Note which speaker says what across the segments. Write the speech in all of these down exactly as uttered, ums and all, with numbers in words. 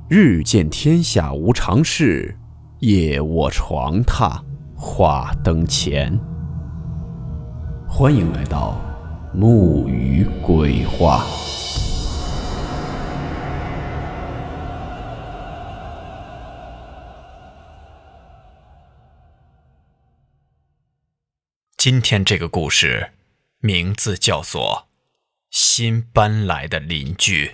Speaker 1: 日见天下无常事，夜卧床榻话灯前。欢迎来到木鱼鬼话。
Speaker 2: 今天这个故事名字叫做新搬来的邻居。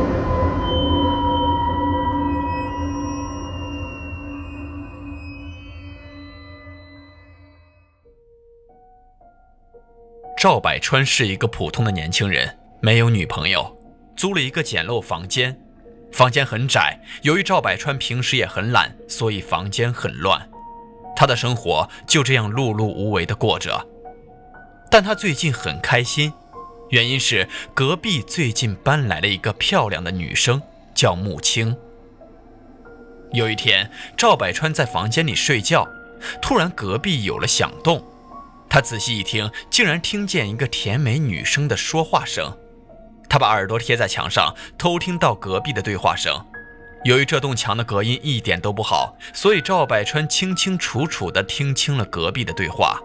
Speaker 2: 赵百川是一个普通的年轻人，没有女朋友，租了一个简陋房间。房间很窄，由于赵百川平时也很懒，所以房间很乱。他的生活就这样碌碌无为地过着。但他最近很开心，原因是隔壁最近搬来了一个漂亮的女生，叫木青。有一天，赵百川在房间里睡觉，突然隔壁有了响动。他仔细一听，竟然听见一个甜美女生的说话声。他把耳朵贴在墙上，偷听到隔壁的对话声。由于这栋墙的隔音一点都不好，所以赵百川清清楚楚地听清了隔壁的对话。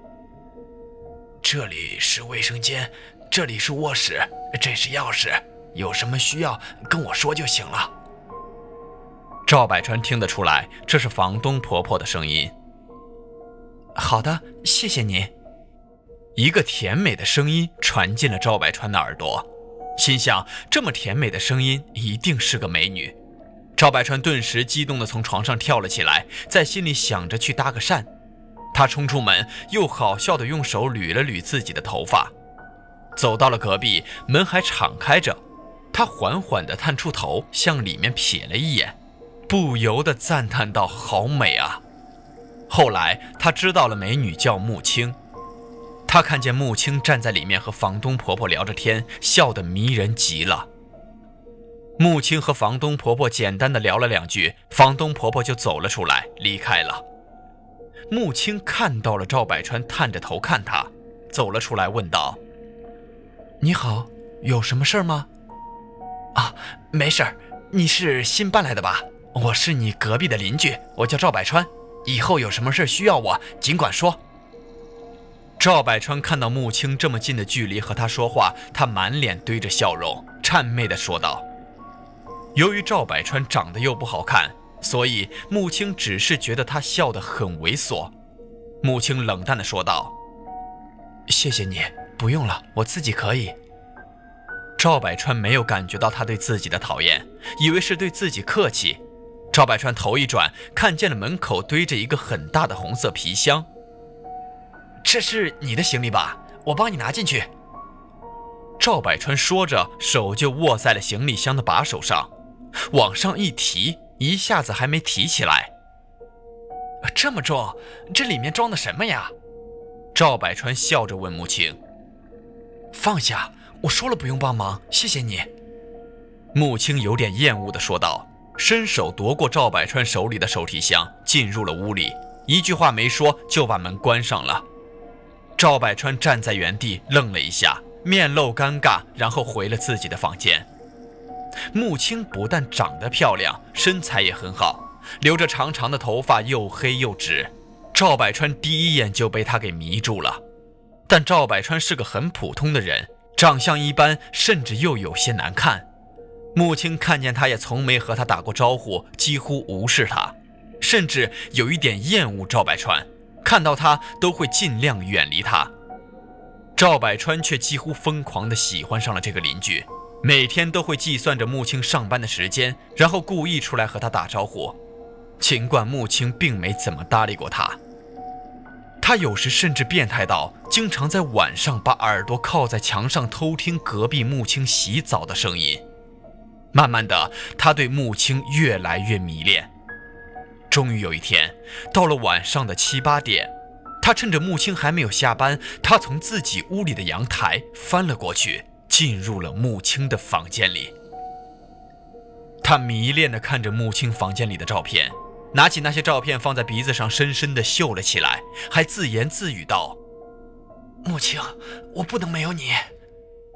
Speaker 3: 这里是卫生间，这里是卧室，这是钥匙，有什么需要跟我说就行了。
Speaker 2: 赵百川听得出来，这是房东婆婆的声音。
Speaker 3: 好的，谢谢您。
Speaker 2: 一个甜美的声音传进了赵百川的耳朵，心想这么甜美的声音一定是个美女。赵百川顿时激动地从床上跳了起来，在心里想着去搭个讪。他冲出门，又好笑地用手捋了捋自己的头发，走到了隔壁，门还敞开着。他缓缓地探出头，向里面瞥了一眼，不由得赞叹道：好美啊！后来他知道了美女叫木青，他看见木青站在里面和房东婆婆聊着天，笑得迷人极了。木青和房东婆婆简单的聊了两句，房东婆婆就走了出来，离开了。木青看到了赵百川探着头看他，走了出来问道：
Speaker 3: 你好，有什么事吗？啊，没事儿，你是新搬来的吧？我是你隔壁的邻居，我叫赵百川，以后有什么事需要我尽管说。
Speaker 2: 赵百川看到木青这么近的距离和他说话，他满脸堆着笑容，谄媚地说道。由于赵百川长得又不好看，所以木青只是觉得他笑得很猥琐。木青冷淡地说道：
Speaker 3: 谢谢你，不用了，我自己可以。
Speaker 2: 赵百川没有感觉到他对自己的讨厌，以为是对自己客气。赵百川头一转，看见了门口堆着一个很大的红色皮箱。
Speaker 3: 这是你的行李吧？我帮你拿进去。
Speaker 2: 赵百川说着，手就握在了行李箱的把手上，往上一提，一下子还没提起来。
Speaker 3: 这么重，这里面装的什么呀？
Speaker 2: 赵百川笑着问木青。
Speaker 3: 放下，我说了不用帮忙，谢谢你。
Speaker 2: 木青有点厌恶地说道，伸手夺过赵百川手里的手提箱，进入了屋里，一句话没说就把门关上了。赵百川站在原地愣了一下，面露尴尬，然后回了自己的房间。木青不但长得漂亮，身材也很好，留着长长的头发，又黑又直。赵百川第一眼就被她给迷住了。但赵百川是个很普通的人，长相一般，甚至又有些难看。木青看见他也从没和他打过招呼，几乎无视他，甚至有一点厌恶赵百川，看到他都会尽量远离他。赵百川却几乎疯狂地喜欢上了这个邻居，每天都会计算着木青上班的时间，然后故意出来和他打招呼。尽管木青并没怎么搭理过他，他有时甚至变态到经常在晚上把耳朵靠在墙上偷听隔壁木青洗澡的声音。慢慢的，他对木青越来越迷恋。终于有一天，到了晚上的七八点，他趁着木青还没有下班，他从自己屋里的阳台翻了过去，进入了木青的房间里。他迷恋地看着木青房间里的照片，拿起那些照片放在鼻子上深深地嗅了起来，还自言自语道：
Speaker 3: 木青，我不能没有你。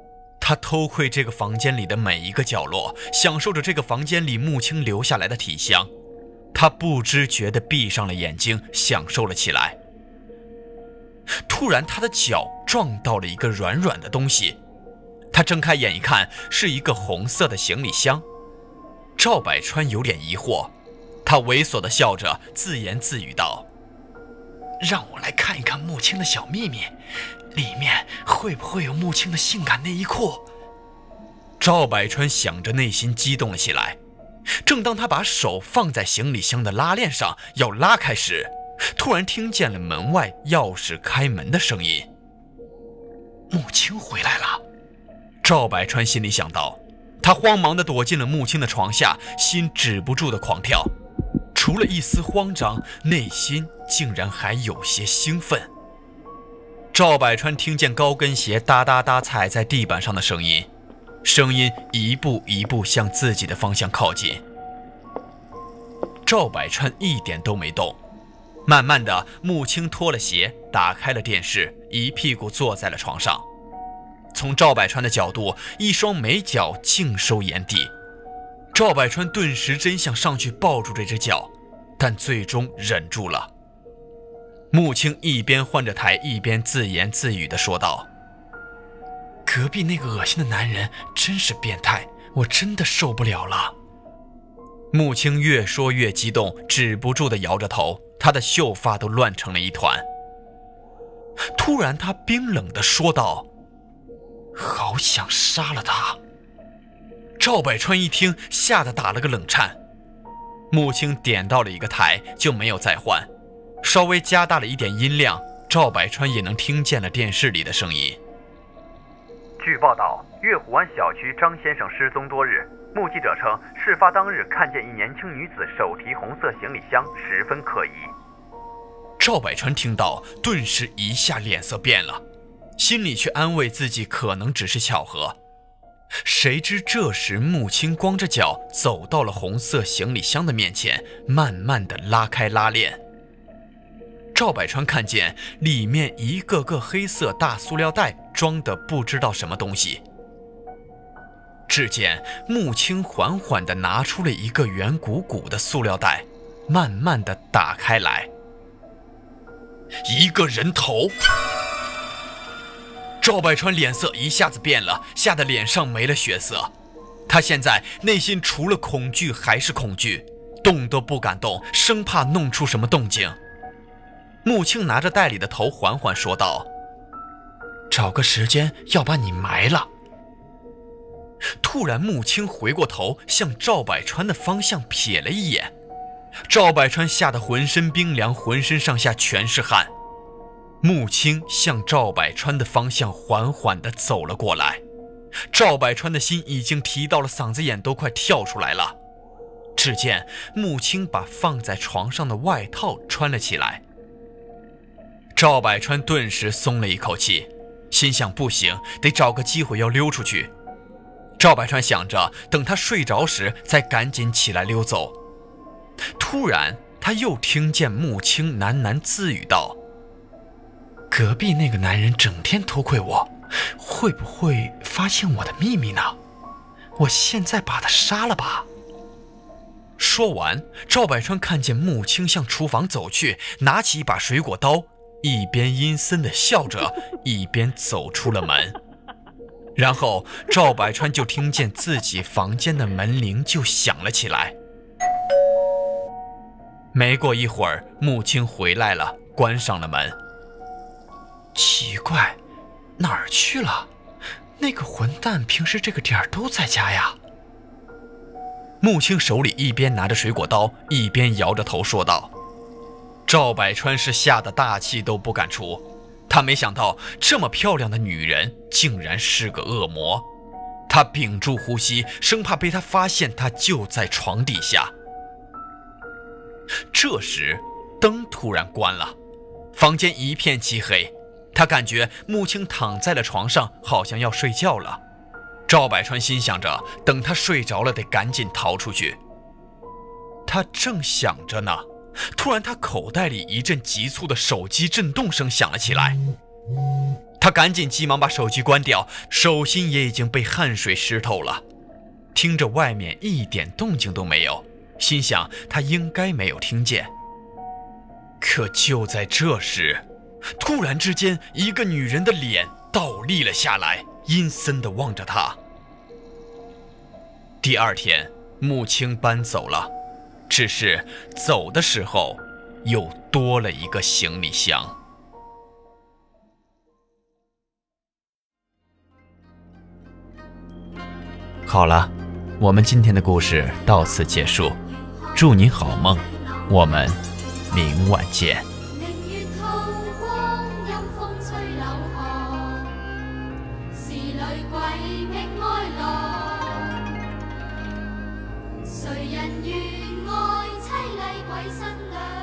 Speaker 2: 他偷窥这个房间里的每一个角落，享受着这个房间里穆青留下来的体香。他不知觉地闭上了眼睛，享受了起来。突然，他的脚撞到了一个软软的东西，他睁开眼一看，是一个红色的行李箱。赵百川有点疑惑，他猥琐地笑着，自言自语道：
Speaker 3: 让我来看一看穆青的小秘密，里面会不会有穆青的性感内衣裤？
Speaker 2: 赵百川想着，内心激动了起来。正当他把手放在行李箱的拉链上要拉开时，突然听见了门外钥匙开门的声音。
Speaker 3: 穆青回来了，
Speaker 2: 赵百川心里想到。他慌忙地躲进了穆青的床下，心止不住地狂跳。除了一丝慌张，内心竟然还有些兴奋。赵百川听见高跟鞋哒哒哒踩在地板上的声音，声音一步一步向自己的方向靠近。赵百川一点都没动。慢慢的，穆青脱了鞋，打开了电视，一屁股坐在了床上。从赵百川的角度，一双美脚尽收眼底。赵百川顿时真想上去抱住这只脚，但最终忍住了。穆青一边换着台，一边自言自语地说道：
Speaker 3: 隔壁那个恶心的男人真是变态，我真的受不了了。
Speaker 2: 穆青越说越激动，止不住地摇着头，他的秀发都乱成了一团。突然他冰冷地说道：
Speaker 3: 好想杀了他。
Speaker 2: 赵百川一听，吓得打了个冷颤。穆青点到了一个台，就没有再换，稍微加大了一点音量，赵百川也能听见了电视里的声音。
Speaker 4: 据报道，月湖湾小区张先生失踪多日，目击者称，事发当日看见一年轻女子手提红色行李箱，十分可疑。
Speaker 2: 赵百川听到，顿时一下脸色变了，心里却安慰自己可能只是巧合。谁知这时穆青光着脚走到了红色行李箱的面前，慢慢地拉开拉链。赵百川看见里面一个个黑色大塑料袋装的不知道什么东西。只见穆青缓缓地拿出了一个圆鼓鼓的塑料袋，慢慢地打开来，一个人头。赵百川脸色一下子变了，吓得脸上没了血色。他现在内心除了恐惧还是恐惧，动都不敢动，生怕弄出什么动静。穆青拿着袋里的头缓缓说道：
Speaker 3: 找个时间要把你埋了。
Speaker 2: 突然穆青回过头，向赵百川的方向瞥了一眼。赵百川吓得浑身冰凉，浑身上下全是汗。穆青向赵百川的方向缓缓地走了过来，赵百川的心已经提到了嗓子眼都快跳出来了。只见穆青把放在床上的外套穿了起来。赵百川顿时松了一口气，心想不行，得找个机会要溜出去。赵百川想着等他睡着时再赶紧起来溜走。突然他又听见穆青喃喃自语道：
Speaker 3: 隔壁那个男人整天偷窥我，会不会发现我的秘密呢？我现在把他杀了吧。
Speaker 2: 说完，赵百川看见穆青向厨房走去，拿起一把水果刀，一边阴森地笑着，一边走出了门。然后赵百川就听见自己房间的门铃就响了起来。没过一会儿，穆青回来了，关上了门。
Speaker 3: 奇怪，哪儿去了？那个混蛋平时这个点儿都在家呀。
Speaker 2: 穆青手里一边拿着水果刀，一边摇着头说道。赵百川是吓得大气都不敢出，他没想到这么漂亮的女人竟然是个恶魔。他屏住呼吸，生怕被他发现他就在床底下。这时灯突然关了，房间一片漆黑。他感觉穆青躺在了床上，好像要睡觉了。赵百川心想着等他睡着了得赶紧逃出去。他正想着呢，突然他口袋里一阵急促的手机震动声响了起来。 他赶紧急忙把手机关掉，手心也已经被汗水湿透了。听着外面一点动静都没有，心想他应该没有听见。可就在这时，突然之间，一个女人的脸倒立了下来，阴森地望着他。第二天，穆青搬走了，只是走的时候又多了一个行李箱。好了，我们今天的故事到此结束，祝你好梦，我们明晚见。
Speaker 5: 谁人愿爱凄厉鬼新娘？